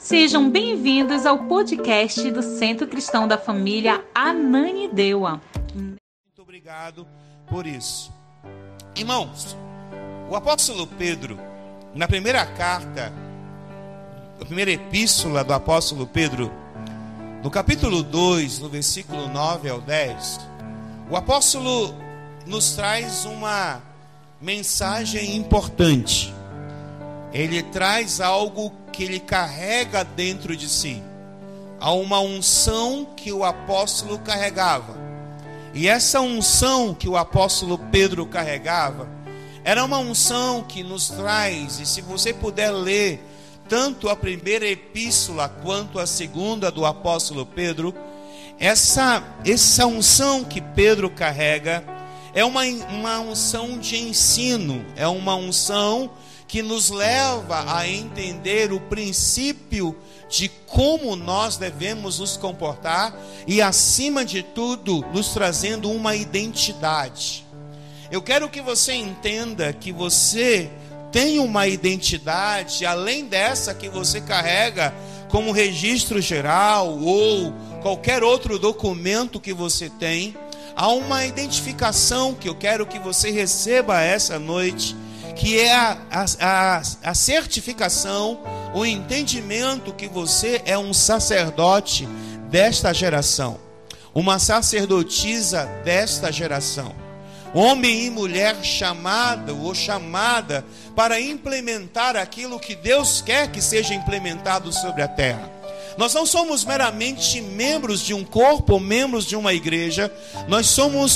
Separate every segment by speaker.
Speaker 1: Sejam bem-vindos ao podcast do Centro Cristão da Família Ananindeua.
Speaker 2: Muito obrigado por isso. Irmãos, o apóstolo Pedro, na primeira carta, a primeira epístola do apóstolo Pedro, no capítulo 2, no versículo 9 ao 10, o apóstolo nos traz uma mensagem importante. Ele traz algo que ele carrega dentro de si. Há uma unção que o apóstolo carregava. E essa unção que o apóstolo Pedro carregava era uma unção que nos traz, e se você puder ler tanto a primeira epístola quanto a segunda do apóstolo Pedro, essa unção que Pedro carrega é uma unção de ensino, é uma unção que nos leva a entender o princípio de como nós devemos nos comportar e, acima de tudo, nos trazendo uma identidade. Eu quero que você entenda que você tem uma identidade, além dessa que você carrega como registro geral ou qualquer outro documento que você tem. Há uma identificação que eu quero que você receba essa noite, que é a certificação, o entendimento que você é um sacerdote desta geração, uma sacerdotisa desta geração, homem e mulher chamada para implementar aquilo que Deus quer que seja implementado sobre a terra. Nós não somos meramente membros de um corpo ou membros de uma igreja, nós somos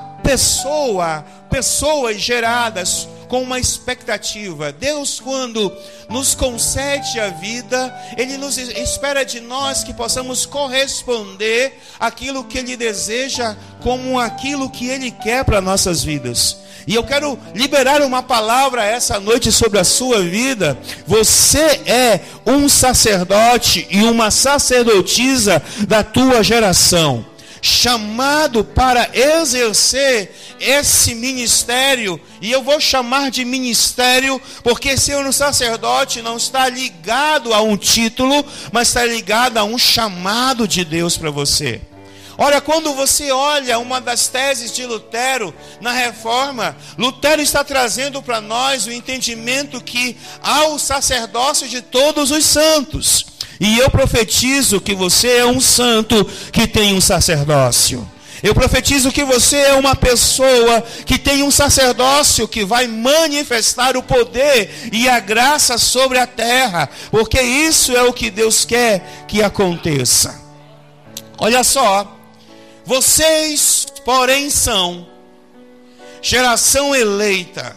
Speaker 2: pessoas geradas com uma expectativa. Deus, quando nos concede a vida, Ele nos espera de nós que possamos corresponder àquilo que Ele deseja como aquilo que Ele quer para nossas vidas. E eu quero liberar uma palavra essa noite sobre a sua vida. Você é um sacerdote e uma sacerdotisa da tua geração, chamado para exercer esse ministério. E eu vou chamar de ministério porque ser um sacerdote não está ligado a um título, mas está ligado a um chamado de Deus para você. Olha, quando você olha uma das teses de Lutero na Reforma, Lutero está trazendo para nós o entendimento que há o sacerdócio de todos os santos. E eu profetizo que você é um santo que tem um sacerdócio. Eu profetizo que você é uma pessoa que tem um sacerdócio que vai manifestar o poder e a graça sobre a terra, porque isso é o que Deus quer que aconteça. Olha só, vocês, porém, são geração eleita,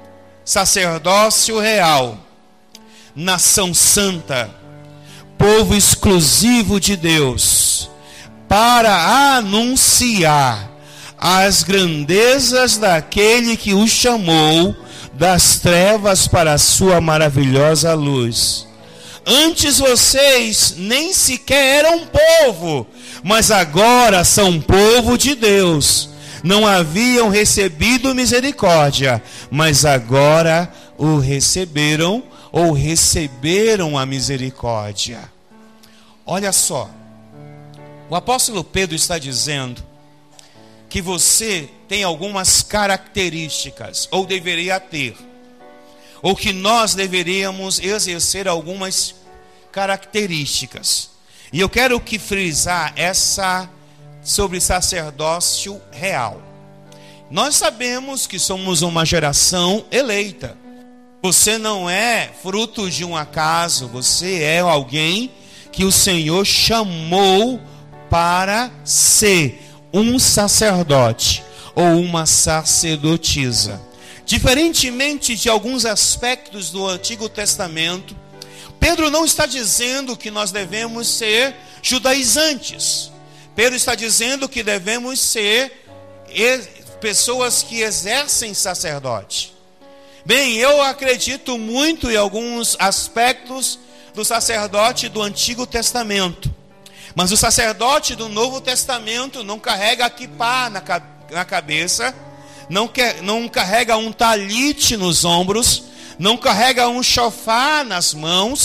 Speaker 2: sacerdócio real, nação santa, povo exclusivo de Deus, para anunciar as grandezas daquele que os chamou das trevas para a sua maravilhosa luz. Antes vocês nem sequer eram povo, mas agora são povo de Deus. Não haviam recebido misericórdia, mas agora o receberam ou receberam a misericórdia. Olha só, o apóstolo Pedro está dizendo que você tem algumas características, ou deveria ter, ou que nós deveríamos exercer algumas características. E eu quero que frisar essa sobre sacerdócio real. Nós sabemos que somos uma geração eleita. Você não é fruto de um acaso, você é alguém que o Senhor chamou para ser um sacerdote ou uma sacerdotisa. Diferentemente de alguns aspectos do Antigo Testamento, Pedro não está dizendo que nós devemos ser judaizantes. Pedro está dizendo que devemos ser pessoas que exercem sacerdote. Bem, eu acredito muito em alguns aspectos do sacerdote do Antigo Testamento. Mas o sacerdote do Novo Testamento não carrega a quipá na cabeça, não carrega um talite nos ombros, não carrega um chofar nas mãos,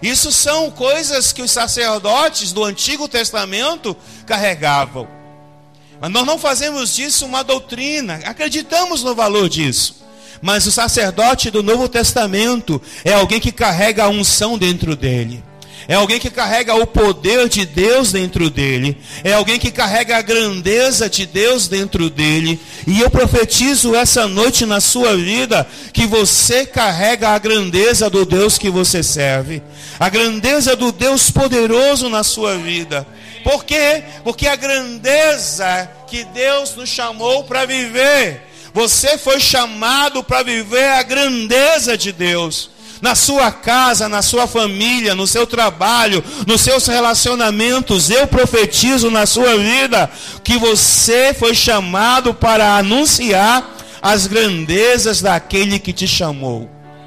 Speaker 2: Isso são coisas que os sacerdotes do Antigo Testamento carregavam. Mas nós não fazemos disso uma doutrina, acreditamos no valor disso. Mas o sacerdote do Novo Testamento é alguém que carrega a unção dentro dele. É alguém que carrega o poder de Deus dentro dele. É alguém que carrega a grandeza de Deus dentro dele. E eu profetizo essa noite na sua vida que você carrega a grandeza do Deus que você serve. A grandeza do Deus poderoso na sua vida. Por quê? Porque a grandeza que Deus nos chamou para viver. Você foi chamado para viver a grandeza de Deus. Na sua casa, na sua família, no seu trabalho, nos seus relacionamentos, eu profetizo na sua vida que você foi chamado para anunciar as grandezas daquele que te chamou.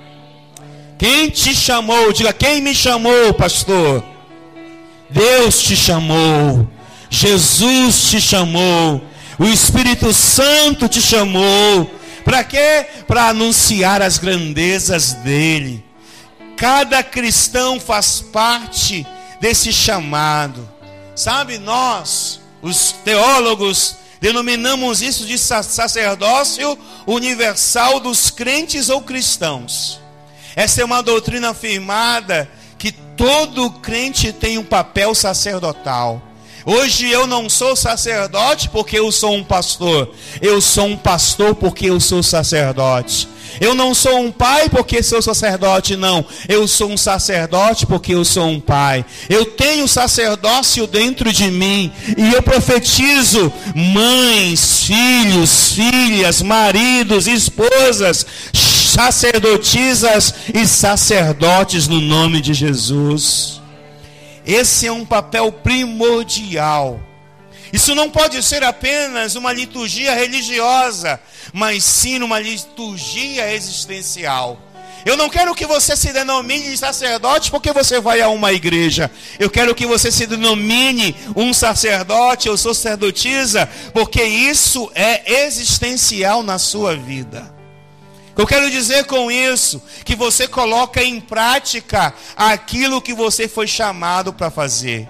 Speaker 2: Quem te chamou? Diga, quem me chamou, pastor? Deus te chamou. Jesus te chamou. O Espírito Santo te chamou. Para quê? Para anunciar as grandezas dele. Cada cristão faz parte desse chamado. Sabe, nós, os teólogos, denominamos isso de sacerdócio universal dos crentes ou cristãos. Essa é uma doutrina afirmada que todo crente tem um papel sacerdotal. Hoje eu não sou sacerdote porque eu sou um pastor. Eu sou um pastor porque eu sou sacerdote. Eu não sou um pai porque sou sacerdote, não. Eu sou um sacerdote porque eu sou um pai. Eu tenho sacerdócio dentro de mim. E eu profetizo mães, filhos, filhas, maridos, esposas, sacerdotisas e sacerdotes no nome de Jesus. Esse é um papel primordial. Isso não pode ser apenas uma liturgia religiosa, mas sim uma liturgia existencial. Eu não quero que você se denomine de sacerdote porque você vai a uma igreja. Eu quero que você se denomine um sacerdote ou sacerdotisa, porque isso é existencial na sua vida. Eu quero dizer com isso que você coloca em prática aquilo que você foi chamado para fazer.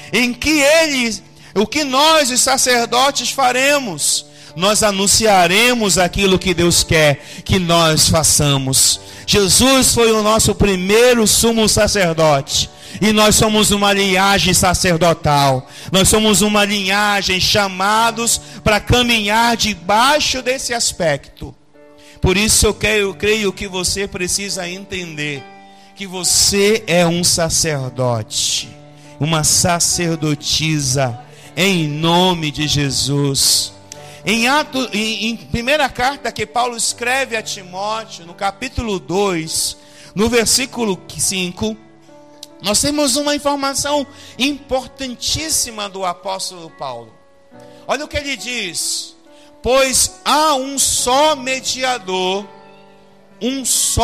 Speaker 2: O que nós, os sacerdotes, faremos? Nós anunciaremos aquilo que Deus quer que nós façamos. Jesus foi o nosso primeiro sumo sacerdote. E nós somos uma linhagem sacerdotal. Nós somos uma linhagem chamados para caminhar debaixo desse aspecto. Por isso eu creio que você precisa entender que você é um sacerdote, uma sacerdotisa, em nome de Jesus. Em primeira carta que Paulo escreve a Timóteo, no capítulo 2, no versículo 5, nós temos uma informação importantíssima do apóstolo Paulo. Olha o que ele diz. Pois há um só mediador e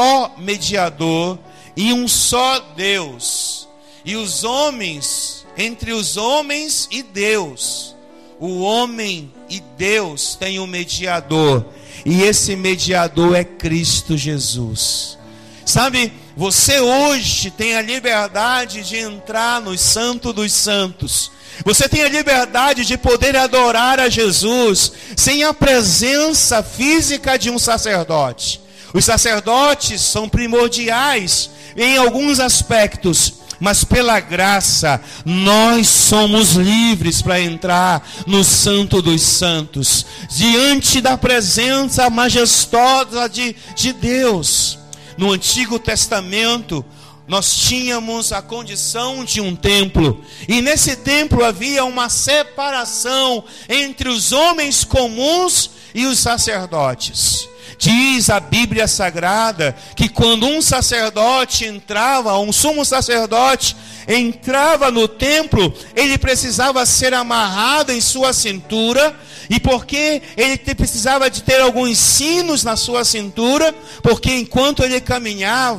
Speaker 2: um só Deus. E os homens, entre os homens e Deus, o homem e Deus tem um mediador. E esse mediador é Cristo Jesus. Sabe, você hoje tem a liberdade de entrar no Santo dos Santos. Você tem a liberdade de poder adorar a Jesus sem a presença física de um sacerdote. Os sacerdotes são primordiais em alguns aspectos, mas pela graça nós somos livres para entrar no Santo dos Santos, diante da presença majestosa de Deus. No Antigo Testamento, nós tínhamos a condição de um templo. E nesse templo havia uma separação entre os homens comuns e os sacerdotes. Diz a Bíblia Sagrada que quando um sacerdote entrava, um sumo sacerdote entrava no templo, ele precisava ser amarrado em sua cintura. E porque ele precisava de ter alguns sinos na sua cintura, porque enquanto ele caminhava,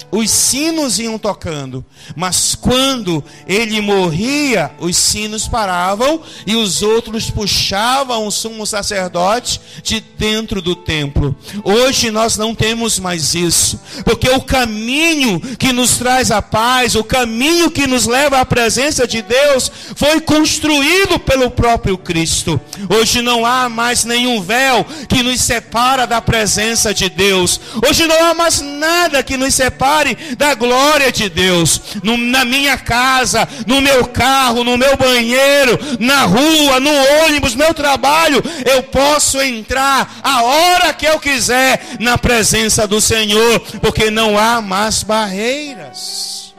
Speaker 2: os sinos iam tocando, mas quando ele morria, os sinos paravam e os outros puxavam o sumo sacerdote de dentro do templo. Hoje nós não temos mais isso, porque o caminho que nos traz a paz, o caminho que nos leva à presença de Deus, foi construído pelo próprio Cristo. Hoje não há mais nenhum véu que nos separa da presença de Deus. Hoje não há mais nada que nos separe da glória de Deus. Na minha casa, no meu carro, no meu banheiro, na rua, no ônibus, no meu trabalho, eu posso entrar a hora que eu quiser na presença do Senhor, porque não há mais barreiras,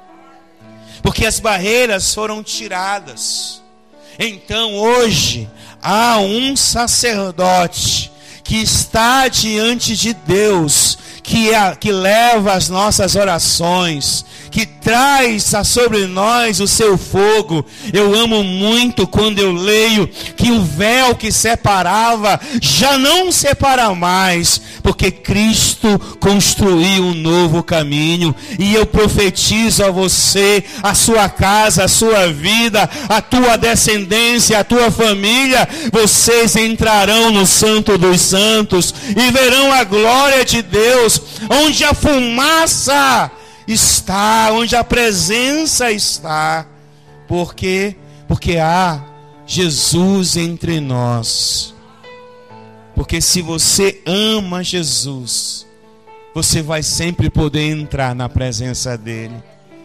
Speaker 2: porque as barreiras foram tiradas. Então hoje há um sacerdote que está diante de Deus, que leva as nossas orações, que traz sobre nós o seu fogo. Eu amo muito quando eu leio que o véu que separava já não separa mais, porque Cristo construiu um novo caminho. E eu profetizo a você, a sua casa, a sua vida, a tua descendência, a tua família, vocês entrarão no Santo dos Santos e verão a glória de Deus, onde a fumaça está, onde a presença está. Por quê? Porque há Jesus entre nós. Porque se você ama Jesus, você vai sempre poder entrar na presença dele.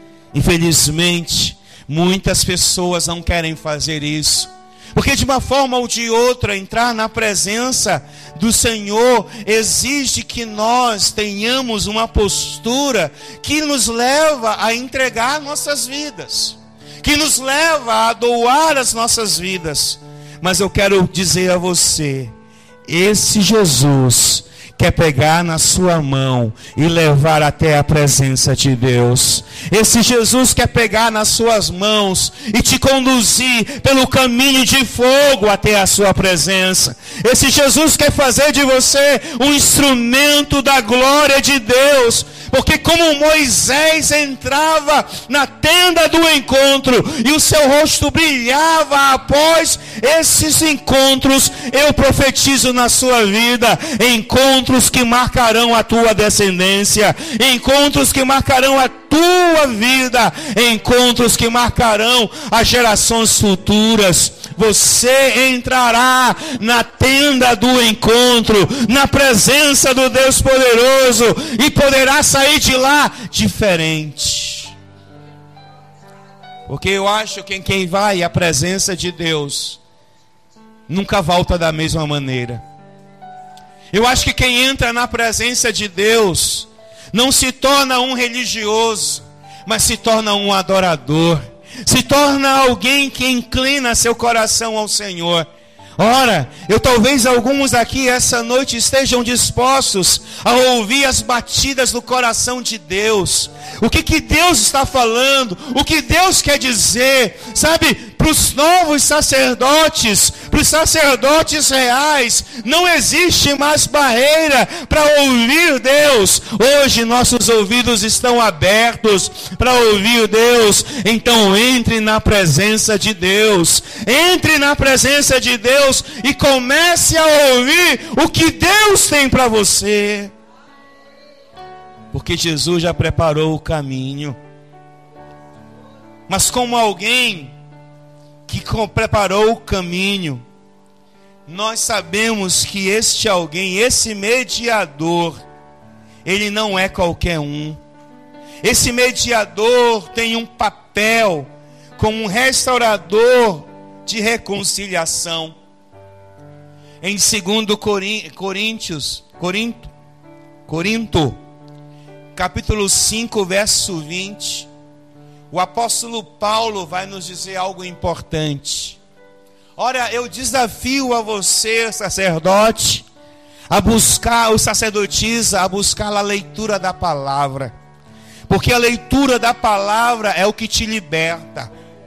Speaker 2: Infelizmente, muitas pessoas não querem fazer isso, porque de uma forma ou de outra, entrar na presença do Senhor exige que nós tenhamos uma postura que nos leva a entregar nossas vidas, que nos leva a doar as nossas vidas. Mas eu quero dizer a você, esse Jesus quer pegar na sua mão e levar até a presença de Deus. Esse Jesus quer pegar nas suas mãos e te conduzir pelo caminho de fogo até a sua presença. Esse Jesus quer fazer de você um instrumento da glória de Deus. Porque como Moisés entrava na tenda do encontro e o seu rosto brilhava após esses encontros, eu profetizo na sua vida encontros que marcarão a tua descendência, encontros que marcarão a tua vida, encontros que marcarão as gerações futuras. Você entrará na tenda do encontro, na presença do Deus poderoso, e poderá sair de lá diferente. Porque eu acho que quem vai à presença de Deus nunca volta da mesma maneira. Eu acho que quem entra na presença de Deus não se torna um religioso, mas se torna um adorador. Se torna alguém que inclina seu coração ao Senhor. Ora, talvez alguns aqui essa noite estejam dispostos a ouvir as batidas do coração de Deus. O que Deus está falando, o que Deus quer dizer, sabe? Para os novos sacerdotes, para os sacerdotes reais, não existe mais barreira para ouvir Deus. Hoje nossos ouvidos estão abertos para ouvir Deus. Então entre na presença de Deus. Entre na presença de Deus e comece a ouvir o que Deus tem para você. Porque Jesus já preparou o caminho. Mas como alguém que preparou o caminho, nós sabemos que este alguém, esse mediador, ele não é qualquer um. Esse mediador tem um papel como um restaurador de reconciliação. Em 2 Corinto, capítulo 5, verso 20, o apóstolo Paulo vai nos dizer algo importante. Ora, eu desafio a você, sacerdote, a buscar, o sacerdotisa, a buscar a leitura da palavra. Porque a leitura da palavra é o que te liberta.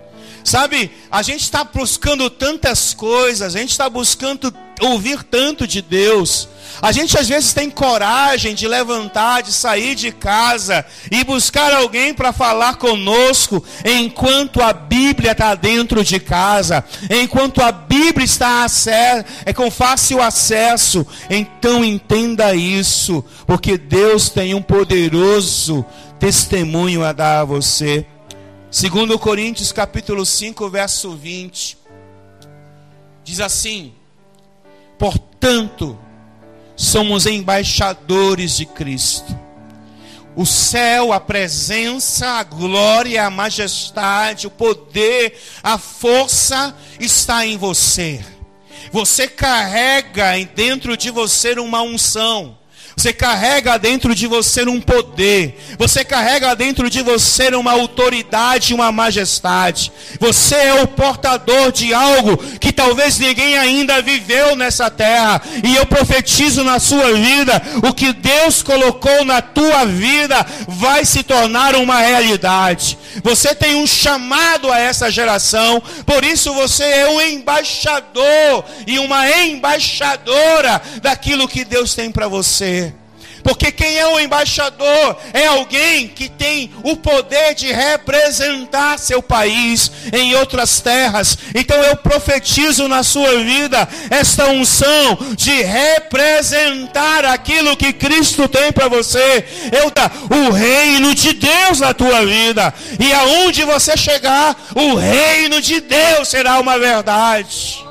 Speaker 2: Sabe, a gente está buscando tantas coisas, a gente está buscando ouvir tanto de Deus. A gente às vezes tem coragem de levantar, de sair de casa e buscar alguém para falar conosco, enquanto a Bíblia está dentro de casa, enquanto a Bíblia está com fácil acesso. Então entenda isso, porque Deus tem um poderoso testemunho a dar a você. 2 Coríntios capítulo 5, verso 20, diz assim: portanto, somos embaixadores de Cristo. O céu, a presença, a glória, a majestade, o poder, a força está em você. Você carrega dentro de você uma unção. Você carrega dentro de você um poder. Você carrega dentro de você uma autoridade, uma majestade. Você é o portador de algo que talvez ninguém ainda viveu nessa terra. E eu profetizo na sua vida, o que Deus colocou na tua vida vai se tornar uma realidade. Você tem um chamado a essa geração. Por isso você é um embaixador e uma embaixadora daquilo que Deus tem para você. Porque quem é o embaixador é alguém que tem o poder de representar seu país em outras terras. Então eu profetizo na sua vida esta unção de representar aquilo que Cristo tem para você. O reino de Deus na tua vida. E aonde você chegar, o reino de Deus será uma verdade.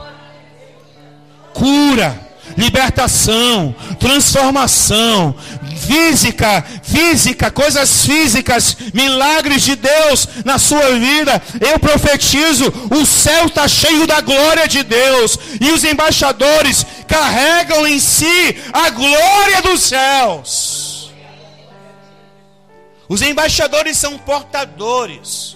Speaker 2: Cura, libertação, transformação, física, coisas físicas, milagres de Deus na sua vida. Eu profetizo, o céu está cheio da glória de Deus, e os embaixadores carregam em si a glória dos céus. Os embaixadores são portadores.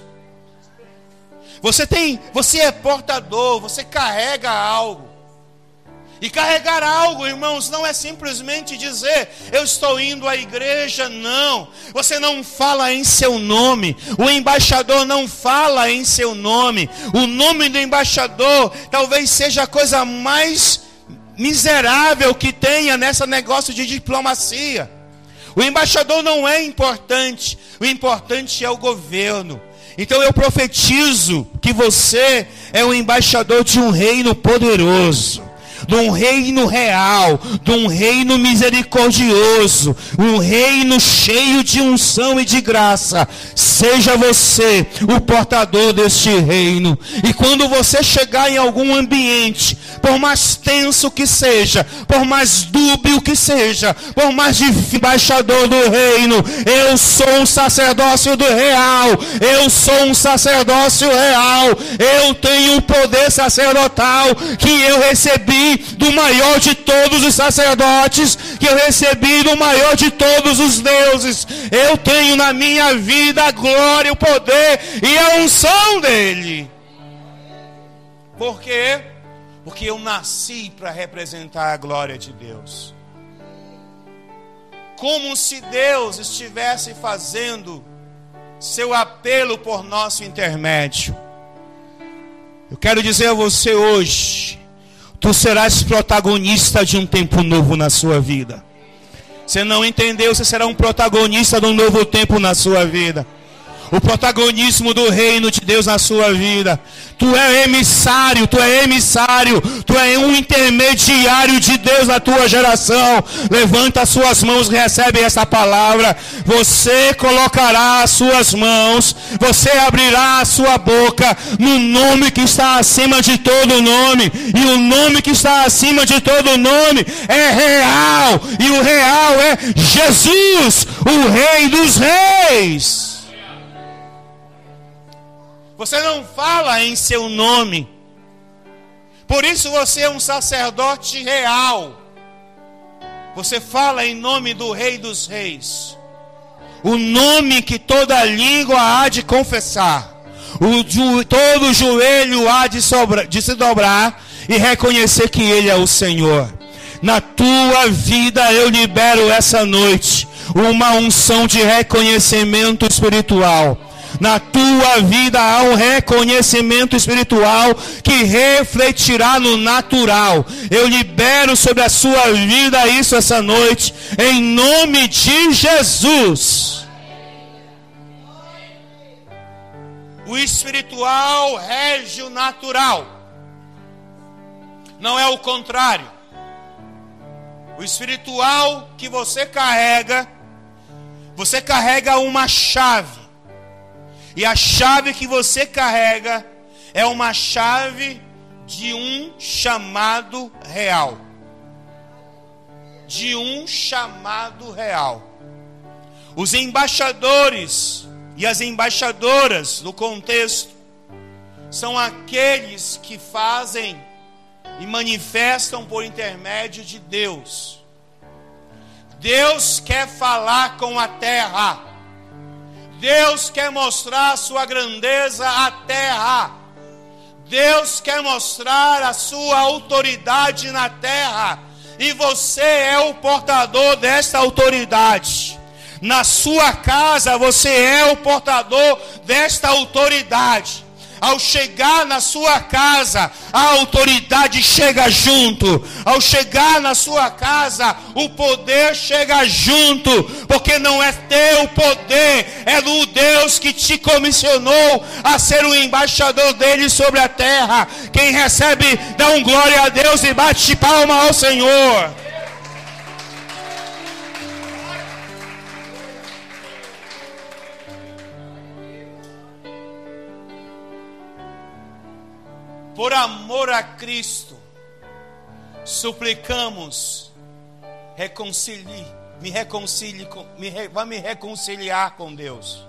Speaker 2: Você é portador, você carrega algo. E carregar algo, irmãos, não é simplesmente dizer, eu estou indo à igreja, não. Você não fala em seu nome. O embaixador não fala em seu nome. O nome do embaixador talvez seja a coisa mais miserável que tenha nesse negócio de diplomacia. O embaixador não é importante. O importante é o governo. Então eu profetizo que você é o embaixador de um reino poderoso, de um reino real, de um reino misericordioso, um reino cheio de unção e de graça. Seja você o portador deste reino. E quando você chegar em algum ambiente, por mais tenso que seja, por mais dúbio que seja, por mais difícil, embaixador do reino, eu sou um sacerdócio do real, eu sou um sacerdócio real, eu tenho um poder sacerdotal que eu recebi do maior de todos os sacerdotes, que eu recebi do maior de todos os deuses. Eu tenho na minha vida a glória, o poder e a unção dele. Por quê? Porque eu nasci para representar a glória de Deus. Como se Deus estivesse fazendo seu apelo por nosso intermédio. Eu quero dizer a você hoje, tu serás protagonista de um tempo novo na sua vida. Você não entendeu? Você será um protagonista de um novo tempo na sua vida. O protagonismo do reino de Deus na sua vida. Tu é emissário, tu é um intermediário de Deus na tua geração. Levanta as suas mãos e recebe essa palavra. Você colocará as suas mãos, você abrirá a sua boca no nome que está acima de todo nome. E o nome que está acima de todo nome é real. E o real é Jesus, o Rei dos Reis. Você não fala em seu nome. Por isso você é um sacerdote real. Você fala em nome do Rei dos Reis. O nome que toda língua há de confessar. Todo joelho há de se dobrar e reconhecer que Ele é o Senhor. Na tua vida eu libero essa noite uma unção de reconhecimento espiritual. Na tua vida há um reconhecimento espiritual que refletirá no natural. Eu libero sobre a sua vida isso essa noite, em nome de Jesus. O espiritual rege o natural. Não é o contrário. O espiritual que você carrega uma chave. E a chave que você carrega é uma chave de um chamado real. De um chamado real. Os embaixadores e as embaixadoras do contexto são aqueles que fazem e manifestam por intermédio de Deus. Deus quer falar com a terra. Deus quer mostrar a sua grandeza à terra. Deus quer mostrar a sua autoridade na terra. E você é o portador desta autoridade. Na sua casa você é o portador desta autoridade. Ao chegar na sua casa, a autoridade chega junto. Ao chegar na sua casa, o poder chega junto. Porque não é teu poder, é do Deus que te comissionou a ser o embaixador dele sobre a terra. Quem recebe, dá um glória a Deus e bate palma ao Senhor. Por amor a Cristo, suplicamos, vá me reconciliar com Deus.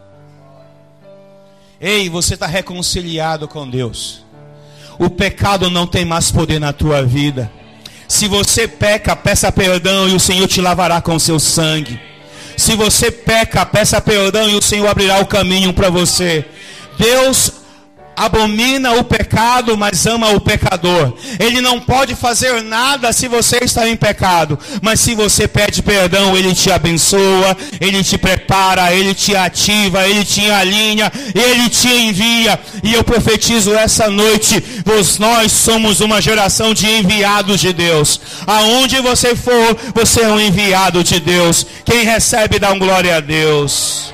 Speaker 2: Ei, você está reconciliado com Deus. O pecado não tem mais poder na tua vida. Se você peca, peça perdão e o Senhor te lavará com seu sangue. Se você peca, peça perdão e o Senhor abrirá o caminho para você. Deus abomina o pecado, mas ama o pecador. Ele não pode fazer nada se você está em pecado, mas se você pede perdão, Ele te abençoa, Ele te prepara, Ele te ativa, Ele te alinha, Ele te envia. E eu profetizo essa noite, nós somos uma geração de enviados de Deus. Aonde você for, você é um enviado de Deus. Quem recebe, dá um glória a Deus.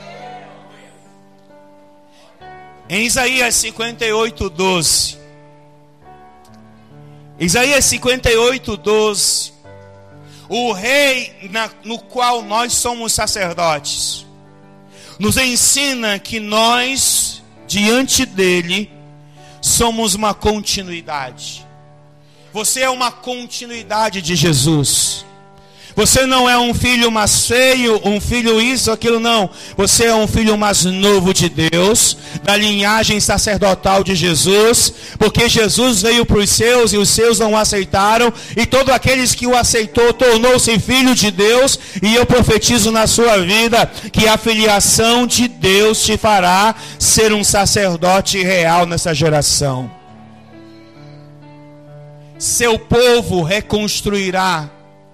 Speaker 2: Em Isaías 58:12. Isaías 58:12. O rei no qual nós somos sacerdotes nos ensina que nós, diante dele, somos uma continuidade. Você é uma continuidade de Jesus. Você não é um filho mais feio, um filho isso, aquilo, não. Você é um filho mais novo de Deus, da linhagem sacerdotal de Jesus, porque Jesus veio para os seus e os seus não o aceitaram, e todos aqueles que o aceitou tornou-se filho de Deus. E eu profetizo na sua vida que a filiação de Deus te fará ser um sacerdote real nessa geração. Seu povo reconstruirá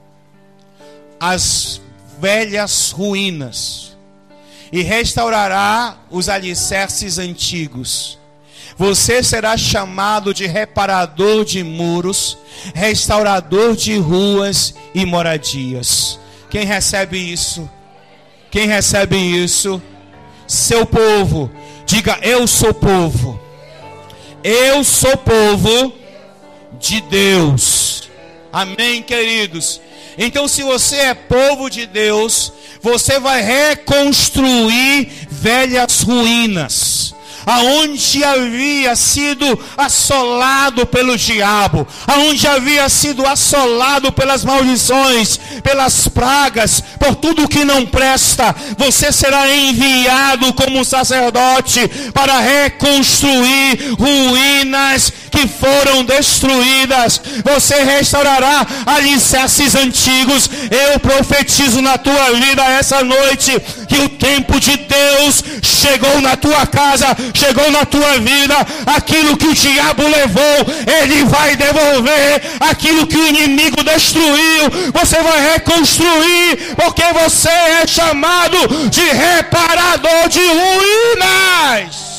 Speaker 2: as velhas ruínas e restaurará os alicerces antigos. Você será chamado de reparador de muros, restaurador de ruas e moradias. Quem recebe isso? Quem recebe isso? Seu povo, diga: eu sou povo. Eu sou povo de Deus. Amém, queridos? Então, se você é povo de Deus, você vai reconstruir velhas ruínas. Aonde havia sido assolado pelo diabo, aonde havia sido assolado pelas maldições, pelas pragas, por tudo que não presta, você será enviado como sacerdote para reconstruir ruínas que foram destruídas. Você restaurará alicerces antigos. Eu profetizo na tua vida essa noite que o tempo de Deus Deus chegou na tua casa, chegou na tua vida. Aquilo que o diabo levou, ele vai devolver. Aquilo que o inimigo destruiu, você vai reconstruir, porque você é chamado de reparador de ruínas.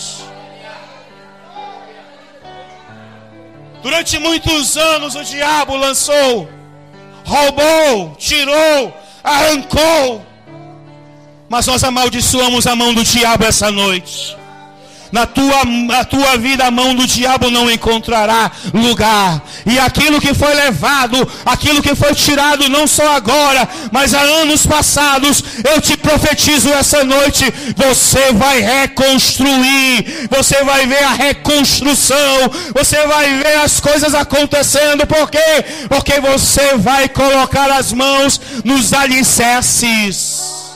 Speaker 2: Durante muitos anos o diabo lançou, roubou, tirou, arrancou. Mas nós amaldiçoamos a mão do diabo essa noite. Na tua vida a mão do diabo não encontrará lugar. E aquilo que foi levado, aquilo que foi tirado, não só agora, mas há anos passados, eu te profetizo essa noite, você vai reconstruir, você vai ver a reconstrução, você vai ver as coisas acontecendo. Por quê? Porque você vai colocar as mãos nos alicerces.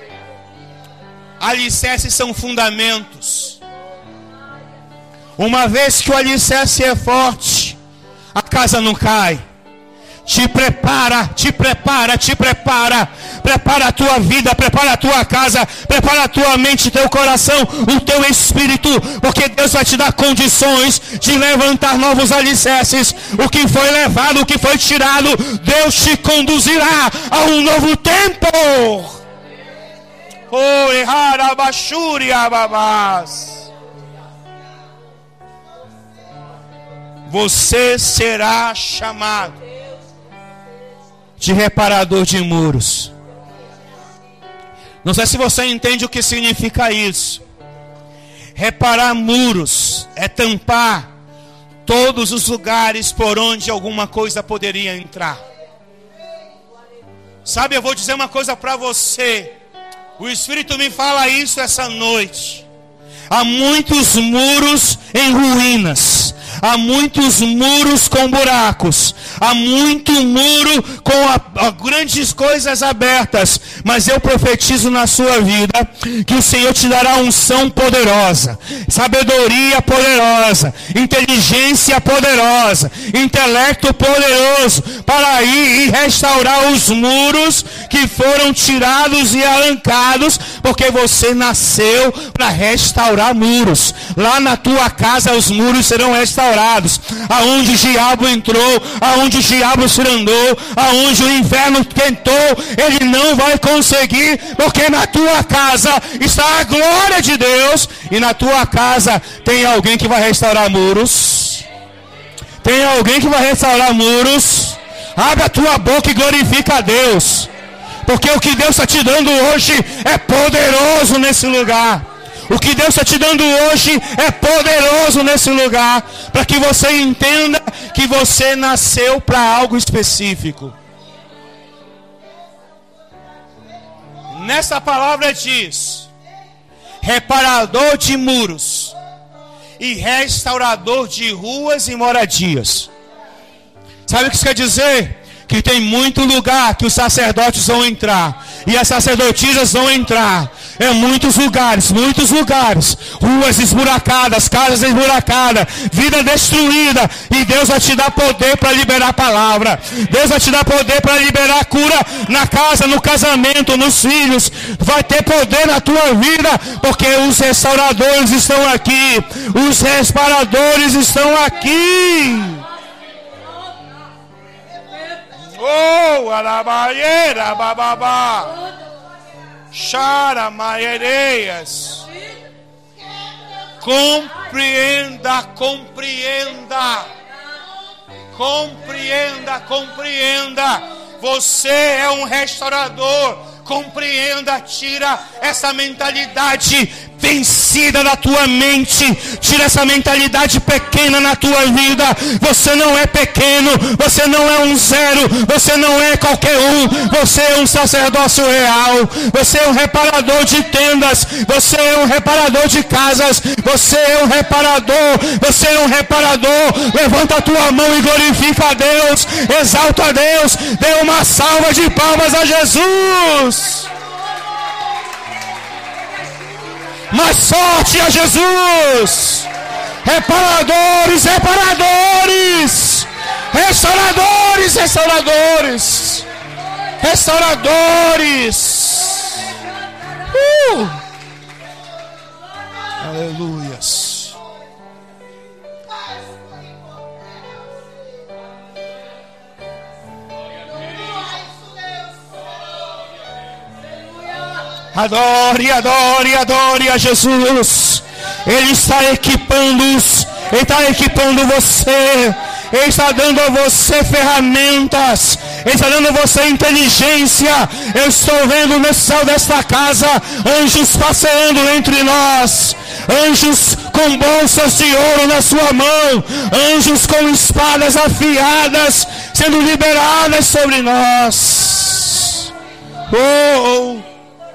Speaker 2: Alicerces são fundamentos. Uma vez que o alicerce é forte, a casa não cai. Te prepara, te prepara, te prepara. Prepara a tua vida, prepara a tua casa, prepara a tua mente, teu coração, o teu espírito, porque Deus vai te dar condições de levantar novos alicerces. O que foi levado, o que foi tirado, Deus te conduzirá a um novo tempo. Oh, errar abachuri ababás. Você será chamado de reparador de muros. Não sei se você entende o que significa isso. Reparar muros é tampar todos os lugares por onde alguma coisa poderia entrar. Sabe, eu vou dizer uma coisa para você. O Espírito me fala isso essa noite. Há muitos muros em ruínas. Há muitos muros com buracos. Há muito muro com grandes coisas abertas. Mas eu profetizo na sua vida que o Senhor te dará unção poderosa, sabedoria poderosa, inteligência poderosa, intelecto poderoso, para ir e restaurar os muros que foram tirados e arrancados, porque você nasceu para restaurar muros. Lá na tua casa os muros serão restaurados. Aonde o diabo entrou, aonde o diabo se andou, aonde o inferno tentou, ele não vai conseguir, porque na tua casa está a glória de Deus, e na tua casa tem alguém que vai restaurar muros. Tem alguém que vai restaurar muros. Abre a tua boca e glorifica a Deus, porque o que Deus está te dando hoje é poderoso nesse lugar. O que Deus está te dando hoje é poderoso nesse lugar, para que você entenda que você nasceu para algo específico. Nessa palavra diz: reparador de muros e restaurador de ruas e moradias. Sabe o que isso quer dizer? Que tem muito lugar que os sacerdotes vão entrar e as sacerdotisas vão entrar. É muitos lugares, ruas esburacadas, casas esburacadas, vida destruída. E Deus vai te dar poder para liberar a palavra. Deus vai te dar poder para liberar a cura na casa, no casamento, nos filhos. Vai ter poder na tua vida, porque os restauradores estão aqui. Os reparadores estão aqui. Oh, arabaieira, bababá. Chara, maiereias. Compreenda, compreenda. Compreenda, compreenda. Você é um restaurador. Compreenda, tira essa mentalidade vencida da tua mente. Tira essa mentalidade pequena na tua vida. Você não é pequeno, você não é um zero, você não é qualquer um. Você é um sacerdócio real. Você é um reparador de tendas. Você é um reparador de casas. Você é um reparador. Você é um reparador. Levanta a tua mão e glorifica a Deus. Exalta a Deus. Dê uma salva de palmas a Jesus. Mais forte a Jesus. Reparadores, reparadores. Restauradores, restauradores. Restauradores. Adore, adore, adore a Jesus. Ele está equipando-os. Ele está equipando você. Ele está dando a você ferramentas. Ele está dando a você inteligência. Eu estou vendo no céu desta casa anjos passeando entre nós. Anjos com bolsas de ouro na sua mão. Anjos com espadas afiadas sendo liberadas sobre nós. Oh, oh.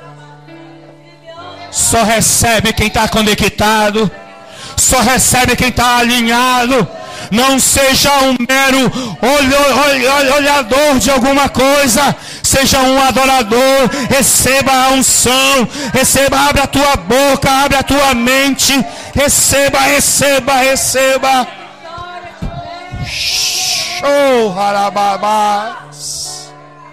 Speaker 2: Só recebe quem está conectado. Só recebe quem está alinhado. Não seja um mero olhador de alguma coisa. Seja um adorador. Receba a unção. Receba, abre a tua boca, abre a tua mente. Receba, receba, receba. Show, harababás.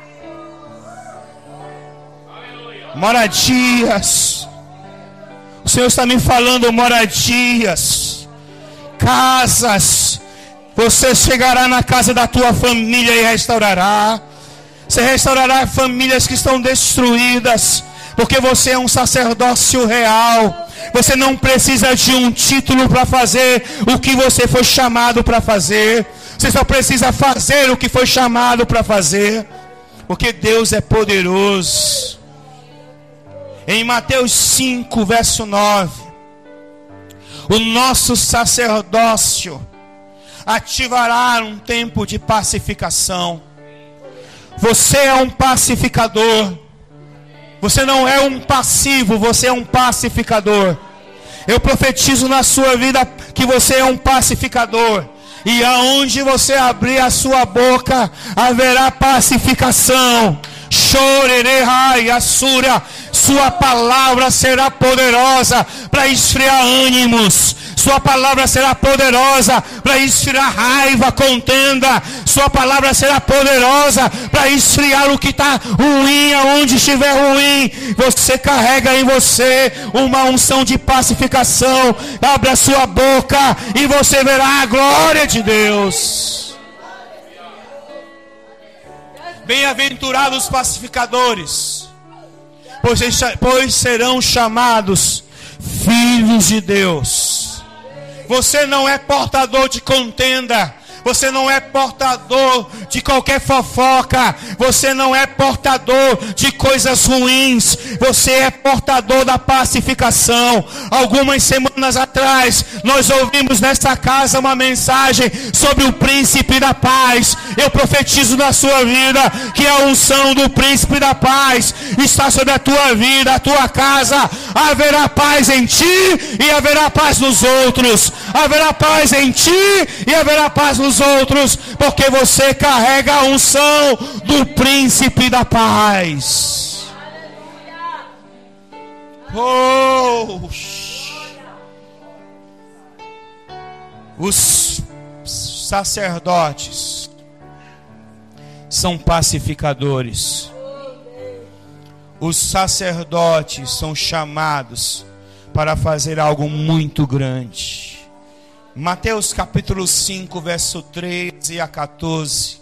Speaker 2: Moradias. O Senhor está me falando moradias. Casas. Você chegará na casa da tua família e restaurará. Você restaurará famílias que estão destruídas. Porque você é um sacerdócio real. Você não precisa de um título para fazer o que você foi chamado para fazer. Você só precisa fazer o que foi chamado para fazer. Porque Deus é poderoso. Em Mateus 5, verso 9. O nosso sacerdócio ativará um tempo de pacificação. Você é um pacificador. Você não é um passivo, você é um pacificador. Eu profetizo na sua vida que você é um pacificador. E aonde você abrir a sua boca, haverá pacificação. Chorerei, Assura. Sua palavra será poderosa para esfriar ânimos. Sua palavra será poderosa para esfriar raiva, contenda. Sua palavra será poderosa para esfriar o que está ruim, aonde estiver ruim. Você carrega em você uma unção de pacificação. Abre a sua boca e você verá a glória de Deus. Bem-aventurados os pacificadores, pois serão chamados filhos de Deus. Você não é portador de contenda. Você não é portador de qualquer fofoca. Você não é portador de coisas ruins. Você é portador da pacificação. Algumas semanas atrás, nós ouvimos nesta casa uma mensagem sobre o príncipe da paz. Eu profetizo na sua vida que a unção do príncipe da paz está sobre a tua vida, a tua casa. Haverá paz em ti e haverá paz nos outros. Haverá paz em ti e haverá paz nos outros, porque você carrega a unção do príncipe da paz. Oh, os sacerdotes são pacificadores. Os sacerdotes são chamados para fazer algo muito grande. Mateus capítulo 5, verso 13 a 14.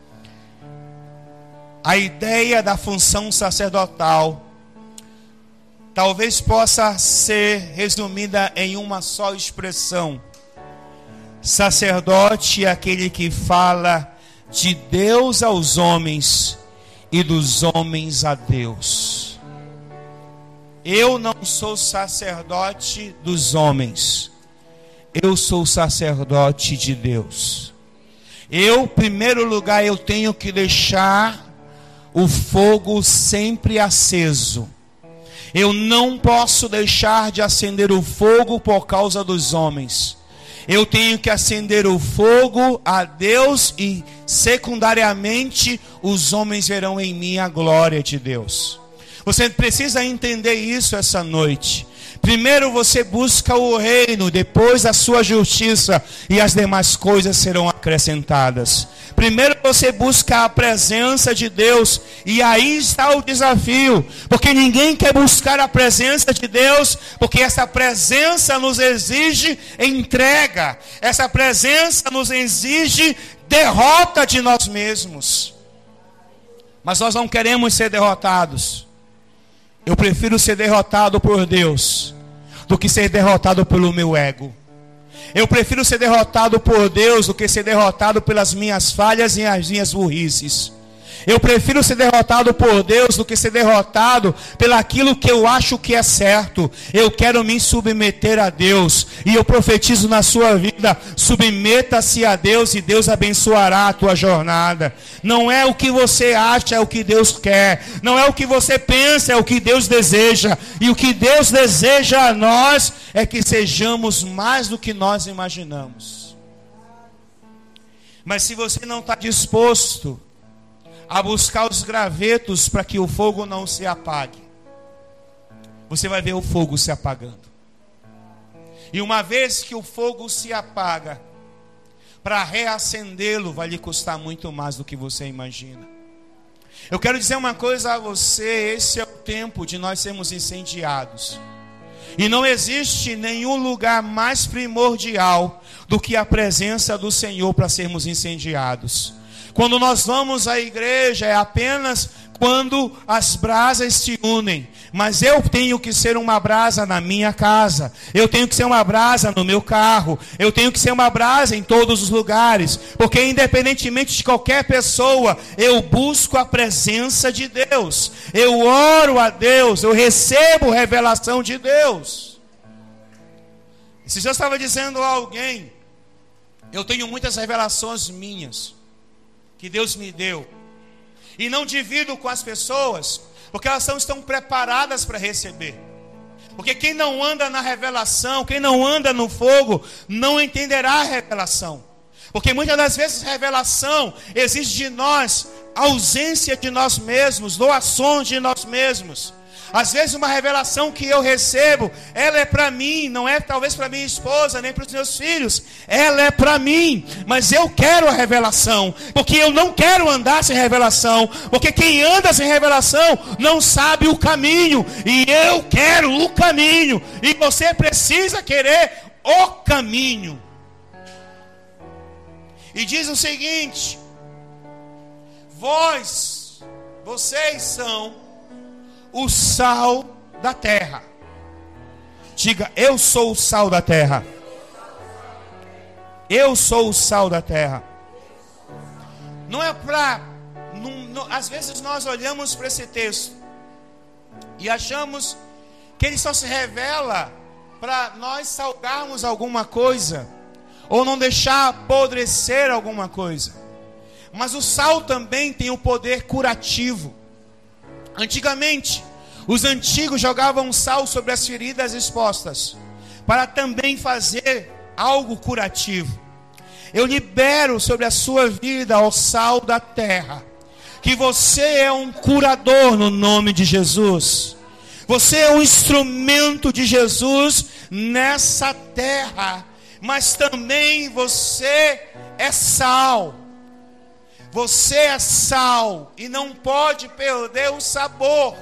Speaker 2: A ideia da função sacerdotal talvez possa ser resumida em uma só expressão: sacerdote é aquele que fala de Deus aos homens e dos homens a Deus. Eu não sou sacerdote dos homens. Eu sou sacerdote de Deus. Em primeiro lugar, eu tenho que deixar o fogo sempre aceso. Eu não posso deixar de acender o fogo por causa dos homens. Eu tenho que acender o fogo a Deus e, secundariamente, os homens verão em mim a glória de Deus. Você precisa entender isso essa noite. Primeiro você busca o reino, depois a sua justiça, e as demais coisas serão acrescentadas. Primeiro você busca a presença de Deus, e aí está o desafio, porque ninguém quer buscar a presença de Deus, porque essa presença nos exige entrega, essa presença nos exige derrota de nós mesmos. Mas nós não queremos ser derrotados. Eu prefiro ser derrotado por Deus do que ser derrotado pelo meu ego. Eu prefiro ser derrotado por Deus do que ser derrotado pelas minhas falhas e as minhas burrices. Eu prefiro ser derrotado por Deus do que ser derrotado pelaquilo que eu acho que é certo. Eu quero me submeter a Deus. E eu profetizo na sua vida: submeta-se a Deus e Deus abençoará a tua jornada. Não é o que você acha, é o que Deus quer. Não é o que você pensa, é o que Deus deseja. E o que Deus deseja a nós é que sejamos mais do que nós imaginamos. Mas se você não está disposto a buscar os gravetos para que o fogo não se apague, você vai ver o fogo se apagando. E uma vez que o fogo se apaga, para reacendê-lo vai lhe custar muito mais do que você imagina. Eu quero dizer uma coisa a você: esse é o tempo de nós sermos incendiados. E não existe nenhum lugar mais primordial do que a presença do Senhor para sermos incendiados. Quando nós vamos à igreja, é apenas quando as brasas se unem. Mas eu tenho que ser uma brasa na minha casa. Eu tenho que ser uma brasa no meu carro. Eu tenho que ser uma brasa em todos os lugares. Porque independentemente de qualquer pessoa, eu busco a presença de Deus. Eu oro a Deus. Eu recebo revelação de Deus. Se já estava dizendo a alguém: eu tenho muitas revelações minhas que Deus me deu, e não divido com as pessoas, porque elas não estão preparadas para receber. Porque quem não anda na revelação, quem não anda no fogo, não entenderá a revelação. Porque muitas das vezes revelação exige de nós ausência de nós mesmos, doações de nós mesmos. Às vezes uma revelação que eu recebo, ela é para mim, não é talvez para minha esposa, nem para os meus filhos. Ela é para mim, mas eu quero a revelação, porque eu não quero andar sem revelação. Porque quem anda sem revelação não sabe o caminho, e eu quero o caminho, e você precisa querer o caminho. E diz o seguinte: vocês são o sal da terra. Diga: eu sou o sal da terra. Eu sou o sal da terra. Não é para... às vezes nós olhamos para esse texto e achamos que ele só se revela para nós salgarmos alguma coisa, ou não deixar apodrecer alguma coisa. Mas o sal também tem o poder curativo. Antigamente, os antigos jogavam sal sobre as feridas expostas, para também fazer algo curativo. Eu libero sobre a sua vida o sal da terra, que você é um curador no nome de Jesus. Você é um instrumento de Jesus nessa terra, mas também você é sal. Você é sal e não pode perder o sabor.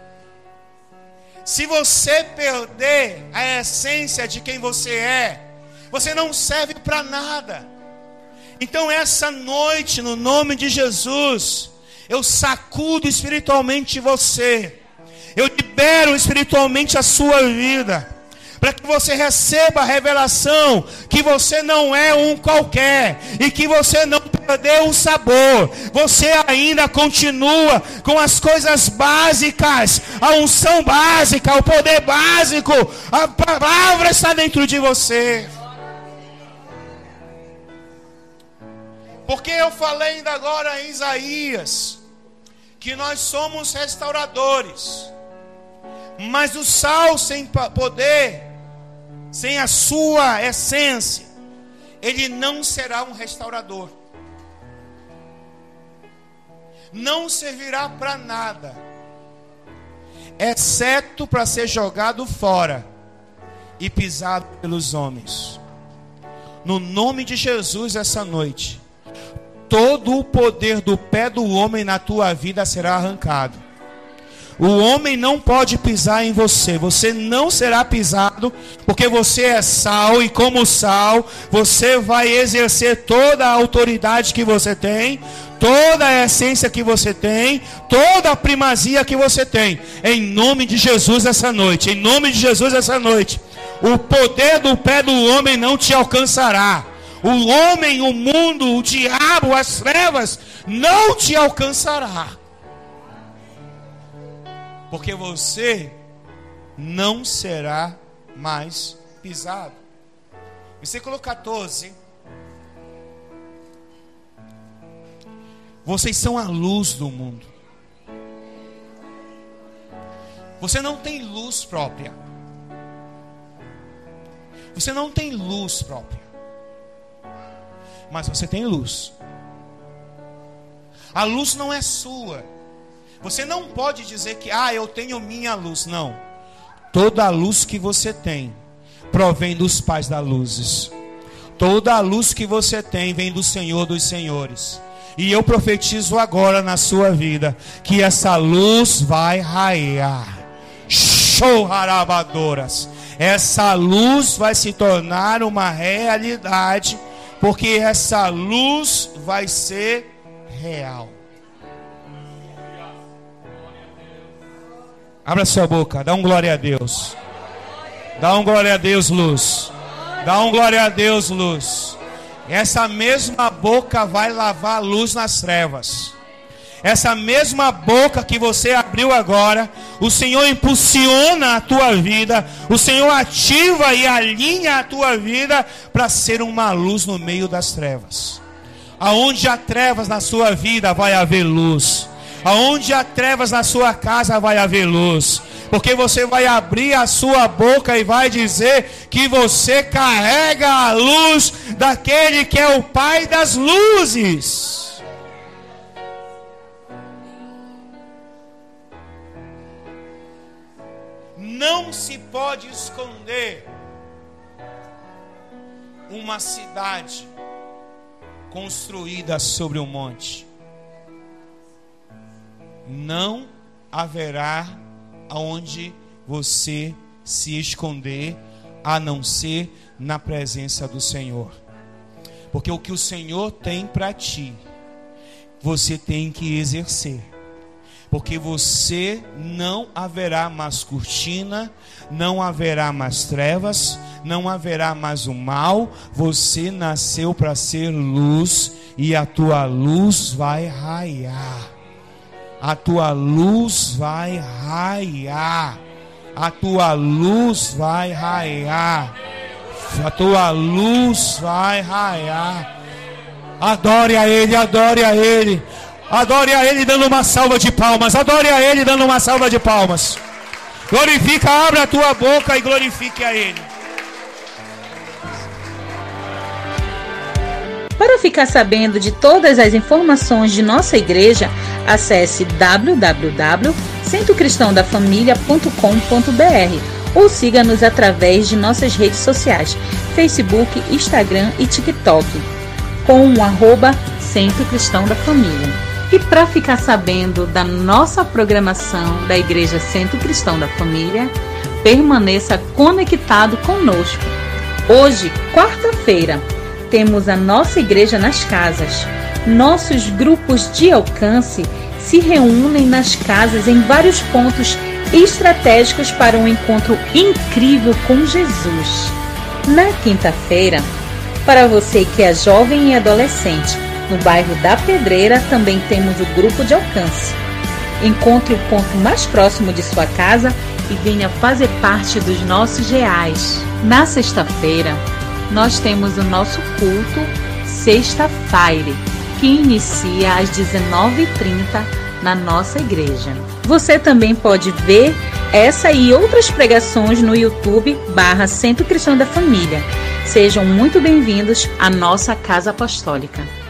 Speaker 2: Se você perder a essência de quem você é, você não serve para nada. Então essa noite, no nome de Jesus, eu sacudo espiritualmente você. Eu libero espiritualmente a sua vida, para que você receba a revelação que você não é um qualquer, e que você não perdeu o sabor. Você ainda continua com as coisas básicas, a unção básica, o poder básico. A palavra está dentro de você. Porque eu falei ainda agora em Isaías que nós somos restauradores, mas o sal sem poder, sem a sua essência, ele não será um restaurador. Não servirá para nada, exceto para ser jogado fora e pisado pelos homens. No nome de Jesus, essa noite, todo o poder do pé do homem na tua vida será arrancado. O homem não pode pisar em você. Você não será pisado, porque você é sal, e como sal, você vai exercer toda a autoridade que você tem, toda a essência que você tem, toda a primazia que você tem. Em nome de Jesus essa noite, em nome de Jesus essa noite, o poder do pé do homem não te alcançará. O homem, o mundo, o diabo, as trevas não te alcançará. Porque você não será mais pisado. Versículo 14. Vocês são a luz do mundo. Você não tem luz própria. Você não tem luz própria. Mas você tem luz. A luz não é sua. Você não pode dizer que, eu tenho minha luz. Não. Toda a luz que você tem provém dos pais das luzes. Toda a luz que você tem vem do Senhor dos Senhores. E eu profetizo agora na sua vida que essa luz vai raiar. Shouharabadoras. Essa luz vai se tornar uma realidade, porque essa luz vai ser real. Abra sua boca, dá um glória a Deus. Dá um glória a Deus, luz. Dá um glória a Deus, luz. Essa mesma boca vai lavar a luz nas trevas. Essa mesma boca que você abriu agora, o Senhor impulsiona a tua vida, o Senhor ativa e alinha a tua vida para ser uma luz no meio das trevas. Aonde há trevas na sua vida vai haver luz. Aonde há trevas na sua casa vai haver luz. Porque você vai abrir a sua boca e vai dizer que você carrega a luz daquele que é o Pai das luzes. Não se pode esconder uma cidade construída sobre um monte. Não haverá aonde você se esconder, a não ser na presença do Senhor. Porque o que o Senhor tem para ti, você tem que exercer. Porque você não haverá mais cortina, não haverá mais trevas, não haverá mais o mal. Você nasceu para ser luz e a tua luz vai raiar. A tua luz vai raiar. A tua luz vai raiar. A tua luz vai raiar. Adore a Ele, adore a Ele. Adore a Ele dando uma salva de palmas. Adore a Ele dando uma salva de palmas. Glorifica, abre a tua boca e glorifique a Ele.
Speaker 1: Para ficar sabendo de todas as informações de nossa igreja, acesse www.centrocristãodafamilia.com.br ou siga-nos através de nossas redes sociais, Facebook, Instagram e TikTok, com o @Centro Cristão da Família. E para ficar sabendo da nossa programação da Igreja Centro Cristão da Família, permaneça conectado conosco. Hoje, quarta-feira, temos a nossa igreja nas casas. Nossos grupos de alcance se reúnem nas casas em vários pontos estratégicos para um encontro incrível com Jesus. Na quinta-feira, para você que é jovem e adolescente, no bairro da Pedreira também temos o grupo de alcance. Encontre o ponto mais próximo de sua casa e venha fazer parte dos nossos reais. Na sexta-feira, nós temos o nosso culto Sexta-feira, que inicia às 19h30 na nossa igreja. Você também pode ver essa e outras pregações no YouTube /Centro Cristão da Família. Sejam muito bem-vindos à nossa Casa Apostólica.